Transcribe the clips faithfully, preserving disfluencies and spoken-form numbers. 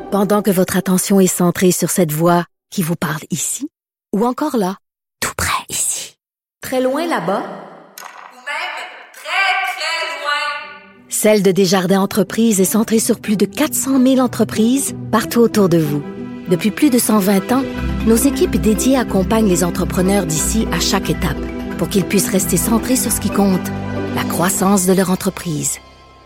Pendant que votre attention est centrée sur cette voix qui vous parle ici, ou encore là, tout près ici, très loin là-bas, ou même très, très loin. Celle de Desjardins Entreprises est centrée sur plus de quatre cent mille entreprises partout autour de vous. Depuis plus de cent vingt ans, nos équipes dédiées accompagnent les entrepreneurs d'ici à chaque étape pour qu'ils puissent rester centrés sur ce qui compte, la croissance de leur entreprise.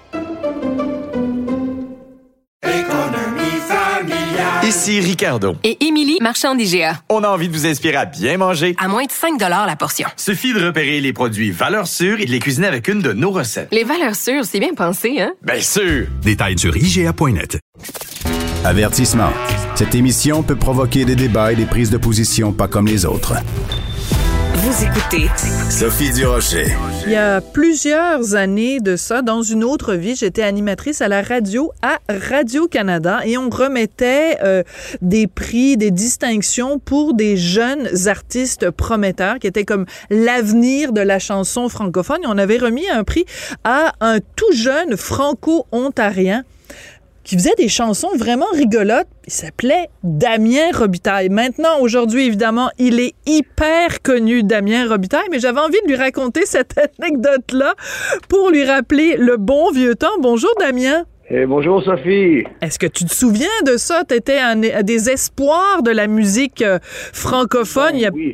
Ici Ricardo. Et Émilie, marchand d'I G A. On a envie de vous inspirer à bien manger. À moins de cinq dollars la portion. Suffit de repérer les produits valeurs sûres et de les cuisiner avec une de nos recettes. Les valeurs sûres, c'est bien pensé, hein? Bien sûr! Détails sur I G A point net. Avertissement. Cette émission peut provoquer des débats et des prises de position pas comme les autres. Vous écoutez Sophie Durocher. Il y a plusieurs années de ça, dans une autre vie, j'étais animatrice à la radio à Radio-Canada et on remettait euh, des prix, des distinctions pour des jeunes artistes prometteurs qui étaient comme l'avenir de la chanson francophone. Et on avait remis un prix à un tout jeune franco-ontarien qui faisait des chansons vraiment rigolotes. Il s'appelait Damien Robitaille. Maintenant, aujourd'hui, évidemment, il est hyper connu, Damien Robitaille, mais j'avais envie de lui raconter cette anecdote-là pour lui rappeler le bon vieux temps. Bonjour, Damien. Hey, bonjour, Sophie. Est-ce que tu te souviens de ça? Tu étais un, un des espoirs de la musique euh, francophone. Ben, Il y a... Oui.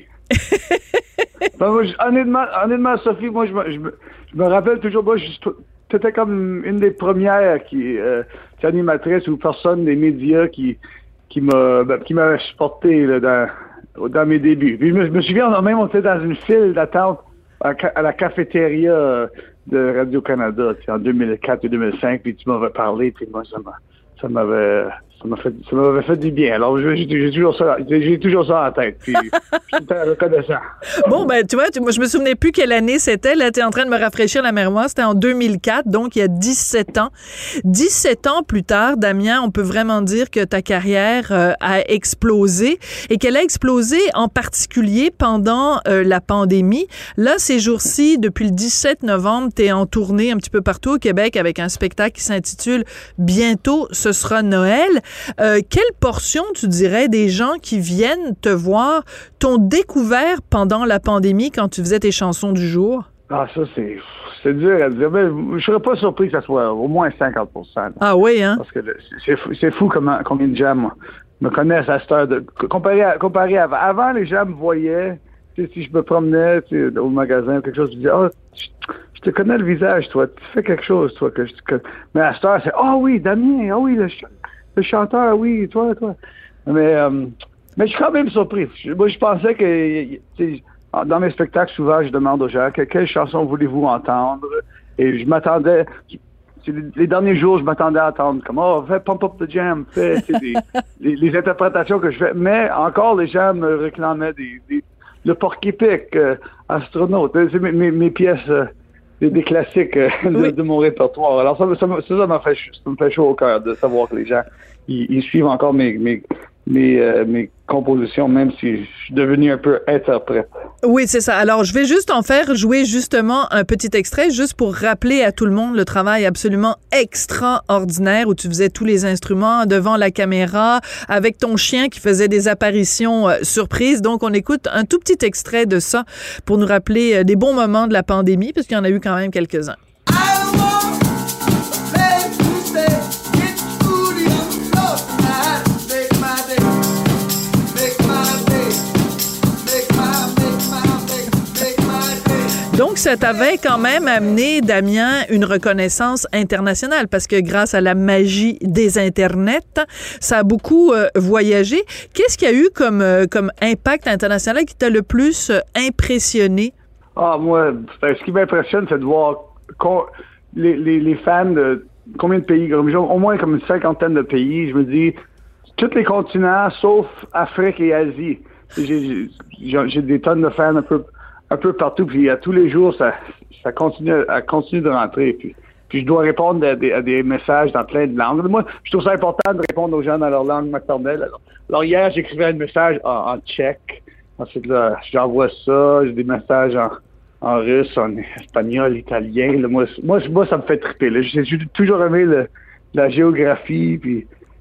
ben, moi, je, honnêtement, honnêtement, Sophie, moi, je me, je me, je me rappelle toujours, moi, je, t'étais comme une des premières qui, euh, qui animatrice ou personne des médias qui, qui m'a, ben, qui m'a supporté là, dans, dans mes débuts. Puis je me, je me souviens, même on était dans une file d'attente à, à la cafétéria de Radio-Canada, en deux mille quatre et deux mille cinq, puis tu m'avais parlé, puis moi, ça m'a, ça m'avait, ça m'a fait, ça m'avait fait du bien. Alors, j'ai, j'ai toujours ça, j'ai toujours ça en tête, puis je suis très reconnaissant. Bon, ben, tu vois, tu, moi, je me souvenais plus quelle année c'était. Là, tu es en train de me rafraîchir la mémoire. C'était en deux mille quatre, donc il y a dix-sept ans. dix-sept ans plus tard, Damien, on peut vraiment dire que ta carrière euh, a explosé et qu'elle a explosé en particulier pendant euh, la pandémie. Là, ces jours-ci, depuis le dix-sept novembre, tu es en tournée un petit peu partout au Québec avec un spectacle qui s'intitule « Bientôt, ce sera Noël ». Euh, quelle portion, tu dirais, des gens qui viennent te voir t'ont découvert pendant la pandémie quand tu faisais tes chansons du jour? Ah, ça, c'est, c'est dur à dire. Mais je serais pas surpris que ça soit au moins cinquante pour cent. Là. Ah oui, hein? Parce que c'est fou, c'est fou comment, combien de gens moi, me connaissent à cette heure. De, comparé, à, comparé à avant. Avant, les gens me voyaient, tu sais, si je me promenais tu sais, au magasin ou quelque chose, je disais, ah, oh, je te connais le visage, toi. Tu fais quelque chose, toi. que, je, que... Mais à cette heure, c'est, ah oh, oui, Damien, ah oh, oui, le Le chanteur, oui, toi, toi. Mais, euh, mais je suis quand même surpris. Moi, je pensais que, dans mes spectacles, souvent, je demande aux gens, que, quelle chanson voulez-vous entendre? Et je m'attendais, les, les derniers jours, je m'attendais à entendre comme, oh, fais Pump Up the Jam, fais les, les, les interprétations que je fais. Mais encore, les gens me réclamaient des, des, le Porc-Épic, euh, Astronaute, c'est mes, mes, mes pièces... Euh, Des, des classiques euh, oui. de, de mon répertoire. Alors ça, ça, ça, ça m'a fait, ça me fait chaud au cœur de savoir que les gens ils, ils suivent encore mes mes mes, euh, mes compositions, même si je suis devenu un peu interprète. Oui, c'est ça. Alors, je vais juste en faire jouer justement un petit extrait, juste pour rappeler à tout le monde le travail absolument extraordinaire où tu faisais tous les instruments devant la caméra, avec ton chien qui faisait des apparitions euh, surprises. Donc, on écoute un tout petit extrait de ça pour nous rappeler euh, des bons moments de la pandémie, parce qu'il y en a eu quand même quelques-uns. Donc, ça t'avait quand même amené, Damien, une reconnaissance internationale parce que grâce à la magie des Internets, ça a beaucoup euh, voyagé. Qu'est-ce qu'il y a eu comme, euh, comme impact international qui t'a le plus euh, impressionné? Ah, moi, ce qui m'impressionne, c'est de voir con, les, les, les fans de combien de pays, au moins comme une cinquantaine de pays. Je me dis, tous les continents, sauf Afrique et Asie. J'ai, j'ai, j'ai des tonnes de fans un peu... un peu partout, puis à tous les jours, ça, ça continue à continue de rentrer. Puis, puis je dois répondre à des, à des messages dans plein de langues. Moi, je trouve ça important de répondre aux gens dans leur langue maternelle. Alors, alors hier, j'écrivais un message en, en tchèque. Ensuite, là, j'envoie ça. J'ai des messages en, en russe, en espagnol, italien. Là, moi, moi, moi, ça me fait triper. Là. J'ai, j'ai toujours aimé le, la géographie, puis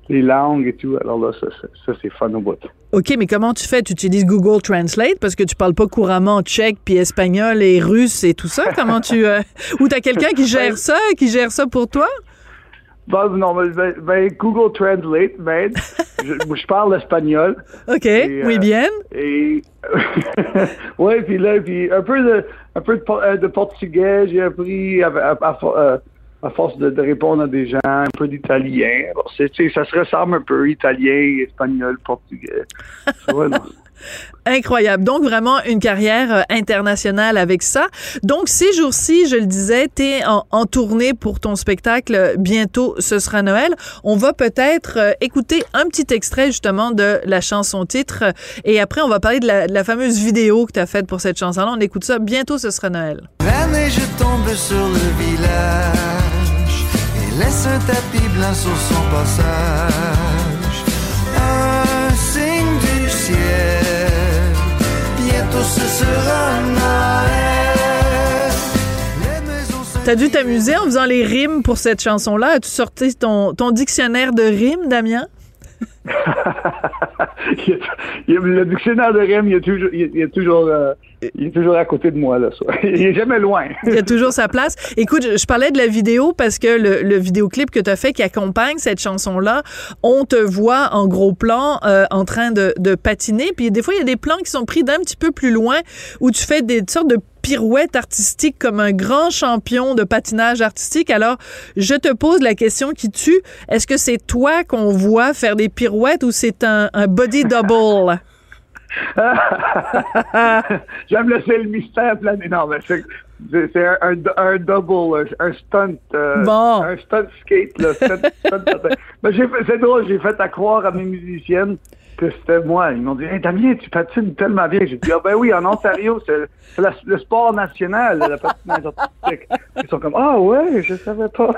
les langues et tout. Alors là, ça, ça, ça c'est fun au bout. OK, mais comment tu fais? Tu utilises Google Translate parce que tu parles pas couramment tchèque, puis espagnol et russe et tout ça? Comment tu... Euh... Ou t'as quelqu'un qui gère ça, qui gère ça pour toi? Ben, non, ben, ben, Google Translate, ben, je, je parle espagnol. OK, et, muy euh, bien. Et, ouais, puis là, puis un peu de, un peu de, de portugais, j'ai appris à, à, à, à force de, de répondre à des gens, un peu d'italien. Alors, c'est, tu sais, ça se ressemble un peu, italien, espagnol, portugais. Ouais, non. Incroyable. Donc, vraiment une carrière euh, internationale avec ça. Donc, ces jours-ci, je le disais, t'es en, en tournée pour ton spectacle. Bientôt, ce sera Noël. On va peut-être euh, écouter un petit extrait, justement, de la chanson-titre. Et après, on va parler de la, de la fameuse vidéo que t'as faite pour cette chanson-là. On écoute ça. Bientôt, ce sera Noël. La neige tombe sur le village et laisse un tapis blanc sur son passage. Un signe du ciel. Bientôt ce sera Noël. T'as dû t'amuser en faisant les rimes pour cette chanson-là. As-tu sorti ton, ton dictionnaire de rimes, Damien? il y a, il y a, le dictionnaire de rimes, il est toujours, il est toujours, euh, il est toujours à côté de moi là. Ça. Il est jamais loin. Il y a toujours sa place. Écoute, je, je parlais de la vidéo parce que le, le vidéoclip que tu as fait qui accompagne cette chanson-là, on te voit en gros plan euh, en train de, de patiner. Puis des fois, il y a des plans qui sont pris d'un petit peu plus loin où tu fais des sortes de pirouette artistique comme un grand champion de patinage artistique. Alors, je te pose la question qui tue. Est-ce que c'est toi qu'on voit faire des pirouettes ou c'est un, un body double? J'aime laisser le mystère planer. Non, mais c'est, c'est, c'est un, un, un double, un stunt, euh, bon. un stunt skate. Là, stunt, stunt, mais j'ai fait, c'est drôle, j'ai fait à croire à mes musiciennes que c'était moi. Ils m'ont dit, hey, Damien, tu patines tellement bien. J'ai dit, ah ben oui, en Ontario, c'est, c'est la, le sport national, la patinage artistique. Ils sont comme, ah ouais, je savais pas.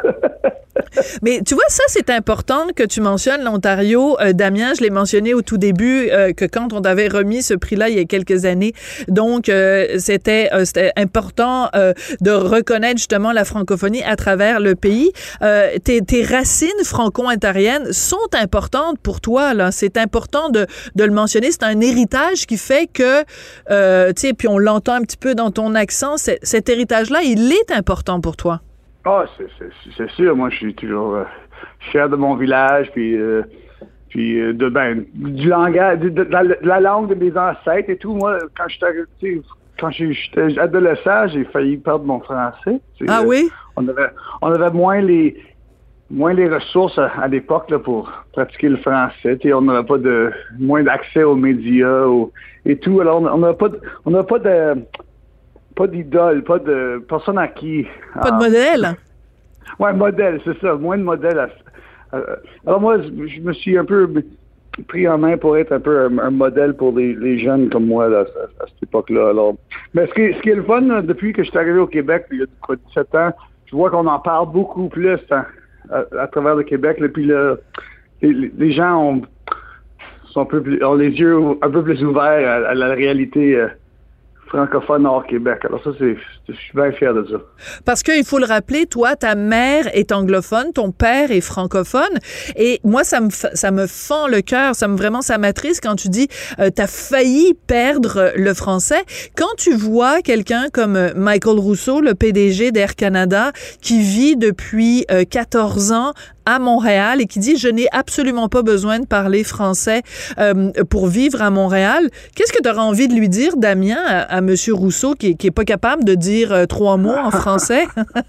Mais tu vois, ça, c'est important que tu mentionnes l'Ontario. Euh, Damien, je l'ai mentionné au tout début, euh, que quand on t'avait remis ce prix-là il y a quelques années, donc euh, c'était, euh, c'était important euh, de reconnaître justement la francophonie à travers le pays. Euh, tes, tes racines franco-ontariennes sont importantes pour toi, là. C'est important de, de le mentionner. C'est un héritage qui fait que, euh, tu sais, puis on l'entend un petit peu dans ton accent, c'est, cet héritage-là, il est important pour toi. Ah, oh, c'est, c'est, c'est sûr. Moi, je suis toujours euh, fier de mon village, puis, euh, puis euh, de, ben, du langage, de, de, de, la, de la langue de mes ancêtres et tout. Moi, quand j'étais, quand j'étais adolescent, j'ai failli perdre mon français. Ah euh, oui? On avait, on avait moins les, moins les ressources à, à l'époque là, pour pratiquer le français. T'sais, on n'avait pas de, moins d'accès aux médias au, et tout. Alors, on n'avait pas, de, on n'avait pas de Pas d'idole, pas de personne à qui... Pas de modèle? Ouais, modèle, c'est ça, moins de modèle. À, à, alors moi, je me suis un peu pris en main pour être un peu un, un modèle pour les, les jeunes comme moi là, à, à cette époque-là. Alors, mais ce qui, ce qui est le fun, là, depuis que je suis arrivé au Québec, il y a quoi, dix-sept ans, je vois qu'on en parle beaucoup plus hein, à, à travers le Québec. Là, puis là, les, les gens ont, sont un peu plus, ont les yeux un peu plus ouverts à, à la réalité euh, francophone hors Québec. Alors ça, c'est, je suis bien fier de ça. Parce qu'il faut le rappeler, toi, ta mère est anglophone, ton père est francophone, et moi, ça me ça me fend le cœur, ça me vraiment, ça m'attriste quand tu dis, euh, t'as failli perdre le français. Quand tu vois quelqu'un comme Michael Rousseau, le P D G d'Air Canada, qui vit depuis euh, quatorze ans à Montréal et qui dit « Je n'ai absolument pas besoin de parler français euh, pour vivre à Montréal », qu'est-ce que tu auras envie de lui dire, Damien, à, à M. Rousseau, qui, qui est pas capable de dire euh, trois mots en français?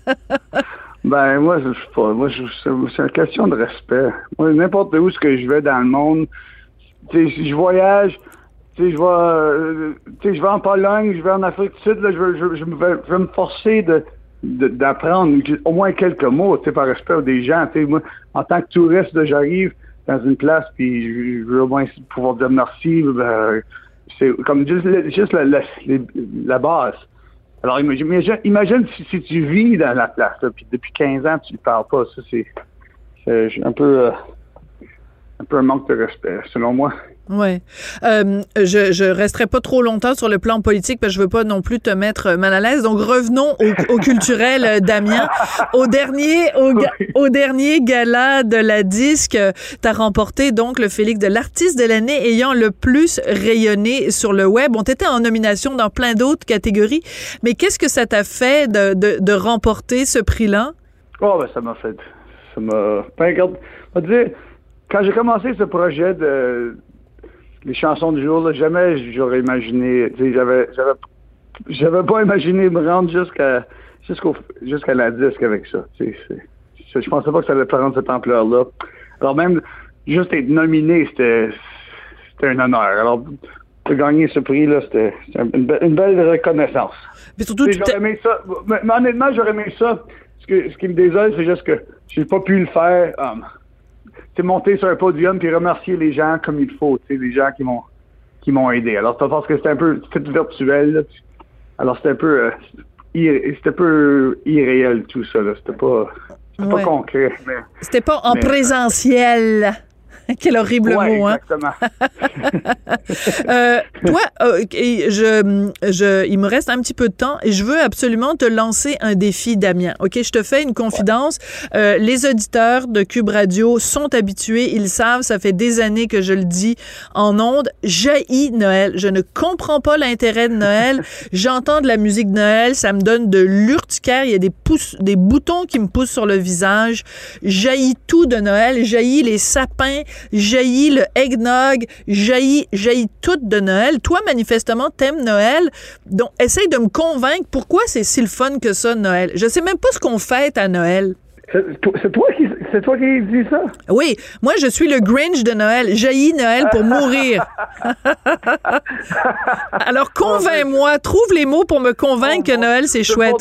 Ben, moi, je sais pas. Moi, je, c'est, c'est une question de respect. Moi, n'importe où ce que je vais dans le monde, tu sais, si je voyage, tu sais, je vais, euh, tu sais, je vais en Pologne, je vais en Afrique du Sud, là, je, vais, je, je, vais, je vais me forcer de De, d'apprendre au moins quelques mots, tu sais, par respect des gens. Tu sais, moi, en tant que touriste, là, j'arrive dans une place, puis je, je veux au moins pouvoir dire merci. Ben, c'est comme juste, juste la, la, la base. Alors, imagine, imagine si, si tu vis dans la place, là, puis depuis quinze ans, tu ne parles pas. Ça, c'est, c'est un peu... Euh, un peu un manque de respect, selon moi. Ouais. Euh, je je resterai pas trop longtemps sur le plan politique parce que je veux pas non plus te mettre mal à l'aise. Donc revenons au, au culturel, euh, Damien. Au dernier au, ga, au dernier gala de la disque, tu as remporté donc le Félix de l'artiste de l'année ayant le plus rayonné sur le web. On t'était en nomination dans plein d'autres catégories, mais qu'est-ce que ça t'a fait de de, de remporter ce prix-là? Oh ben ça m'a fait ça m'a ben, regarde, on va dire quand j'ai commencé ce projet de les chansons du jour, là, jamais j'aurais imaginé, tu sais, j'avais, j'avais, j'avais pas imaginé me rendre jusqu'à, jusqu'au, jusqu'à la disque avec ça. Tu sais, c'est, c'est, je pensais pas que ça allait prendre cette ampleur-là. Alors même, juste être nominé, c'était, c'était un honneur. Alors, de gagner ce prix-là, c'était, c'était une, be- une belle reconnaissance. Mais surtout, tu sais, j'aurais aimé ça, mais, mais honnêtement, j'aurais aimé ça. Ce, que, ce qui me désole, c'est juste que j'ai pas pu le faire. Um, C'est monter sur un podium puis remercier les gens comme il faut, tu sais, les gens qui m'ont qui m'ont aidé. Alors c'est parce que c'était un peu c'était virtuel, là, alors c'était un peu euh, ir- c'était un peu irréel tout ça, là. C'était pas c'était ouais. pas concret. Mais, c'était pas en mais, présentiel. Quel horrible ouais, mot, hein? Exactement. euh, toi, euh, je, je, il me reste un petit peu de temps et je veux absolument te lancer un défi, Damien. OK, je te fais une confidence. Euh, les auditeurs de Cube Radio sont habitués, ils savent, ça fait des années que je le dis en ondes. J'haïs Noël. Je ne comprends pas l'intérêt de Noël. J'entends de la musique de Noël, ça me donne de l'urticaire. Il y a des pouces, des boutons qui me poussent sur le visage. J'haïs tout de Noël. J'haïs les sapins. Jaillit le eggnog, jaillit, jaillit tout de Noël. Toi, manifestement, t'aimes Noël. Donc, essaye de me convaincre pourquoi c'est si le fun que ça, Noël. Je sais même pas ce qu'on fête à Noël. C'est, c'est toi qui c'est toi qui dis ça? Oui, moi, je suis le Grinch de Noël. Jaillit Noël pour mourir. Alors, convainc-moi. Trouve les mots pour me convaincre oh, que Noël, c'est, c'est chouette.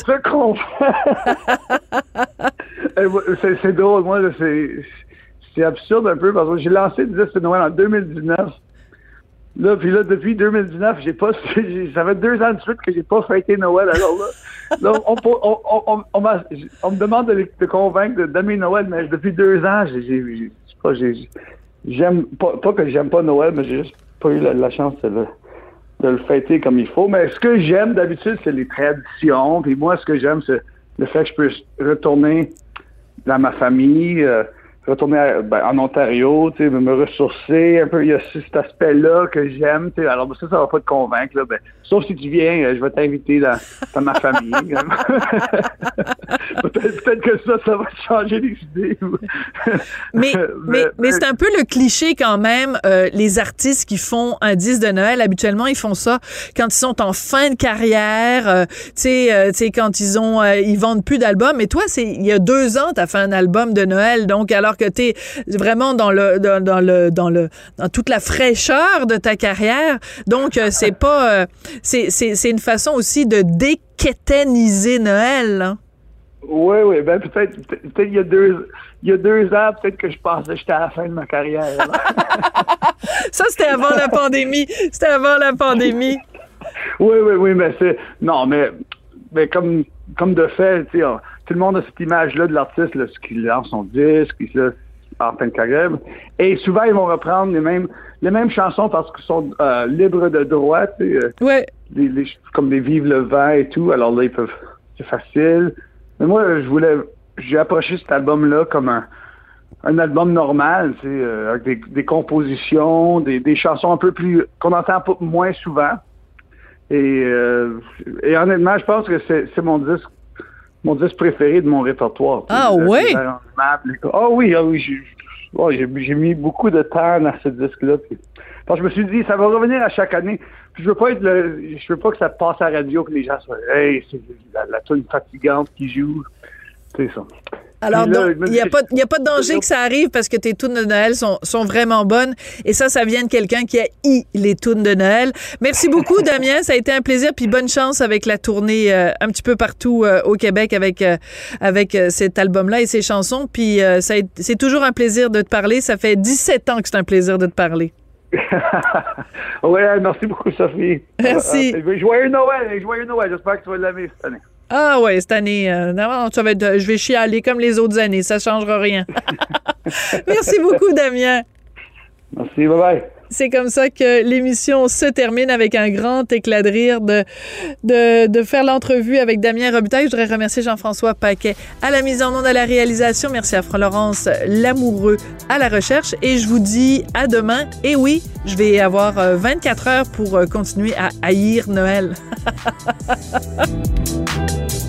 c'est, c'est drôle. Moi, là, c'est... C'est absurde un peu parce que j'ai lancé le disque de Noël en deux mille dix-neuf. Là, puis là, depuis deux mille dix-neuf, j'ai pas, j'ai, ça fait deux ans de suite que j'ai pas fêté Noël. Alors là, là on, on, on, on, on, m'a, on me demande de, de convaincre de, d'aimer Noël, mais depuis deux ans, j'ai, j'ai, j'ai, je sais pas, j'ai, j'aime pas, pas que j'aime pas Noël, mais j'ai juste pas eu la, la chance de le, de le fêter comme il faut. Mais ce que j'aime d'habitude, c'est les traditions. Puis moi, ce que j'aime, c'est le fait que je peux retourner dans ma famille. Euh, retourner à, ben, en Ontario, tu sais, me ressourcer un peu. Il y a cet aspect-là que j'aime, tu sais. Alors, ça, ça va pas te convaincre, là. Ben, sauf si tu viens, je vais t'inviter dans, dans ma famille. peut-être, peut-être que ça, ça va te changer les idées. mais, mais, mais, mais c'est un peu le cliché quand même. Euh, les artistes qui font un disque de Noël, habituellement, ils font ça quand ils sont en fin de carrière, euh, tu sais, euh, tu sais, quand ils ont, euh, ils vendent plus d'albums. Mais toi, c'est, il y a deux ans, t'as fait un album de Noël, donc alors que t'es vraiment dans le dans, dans le dans le dans toute la fraîcheur de ta carrière. Donc euh, c'est pas euh, c'est c'est c'est une façon aussi de déquétainiser Noël. Hein? Oui, oui, ben peut-être peut-être il y a deux il y a deux ans, peut-être que je pensais que j'étais à la fin de ma carrière. Ça c'était avant la pandémie, c'était avant la pandémie. Oui, oui, oui, mais c'est non, mais mais comme comme de fait, tu sais, tout le monde a cette image-là de l'artiste, là, ce qui lance son disque, qui là, en fin de carrière. Et souvent, ils vont reprendre les mêmes les mêmes chansons parce qu'ils sont euh, libres de droit, tu sais. Euh, ouais. Les, les, comme des Vive le vent et tout. Alors là, ils peuvent. C'est facile. Mais moi, je voulais. J'ai approché cet album-là comme un, un album normal, tu sais, euh, avec des, des compositions, des, des chansons un peu plus. Qu'on entend pas, moins souvent. Et, euh, et honnêtement, je pense que c'est, c'est mon disque. Mon disque préféré de mon répertoire. Ah oui? Ah oh, oui, ah oui, j'ai, oh, j'ai, j'ai mis beaucoup de temps dans ce disque-là. Puis, parce que je me suis dit, ça va revenir à chaque année. Puis je veux pas être le, je veux pas que ça passe à la radio, que les gens soient, hey, c'est la, la tune fatigante qui joue. C'est ça. Alors, il n'y a pas, y a pas de danger que ça arrive parce que tes tunes de Noël sont, sont vraiment bonnes. Et ça, ça vient de quelqu'un qui a haï les tunes de Noël. Merci beaucoup, Damien. Ça a été un plaisir. Puis bonne chance avec la tournée euh, un petit peu partout euh, au Québec avec, euh, avec euh, cet album-là et ses chansons. Puis euh, ça a, c'est toujours un plaisir de te parler. Ça fait dix-sept ans que c'est un plaisir de te parler. Oui, merci beaucoup, Sophie. Merci. Euh, euh, joyeux Noël. Joyeux Noël. J'espère que tu vas l'aimer cette année. Ah ouais, cette année, euh, non, ça va être, je vais chialer comme les autres années, ça changera rien. Merci beaucoup, Damien. Merci, bye-bye. C'est comme ça que l'émission se termine, avec un grand éclat de rire de, de, de faire l'entrevue avec Damien Robitaille. Je voudrais remercier Jean-François Paquet à la mise en onde, à la réalisation. Merci à Florence Lamoureux à la recherche. Et je vous dis à demain. Et oui, je vais avoir vingt-quatre heures pour continuer à haïr Noël.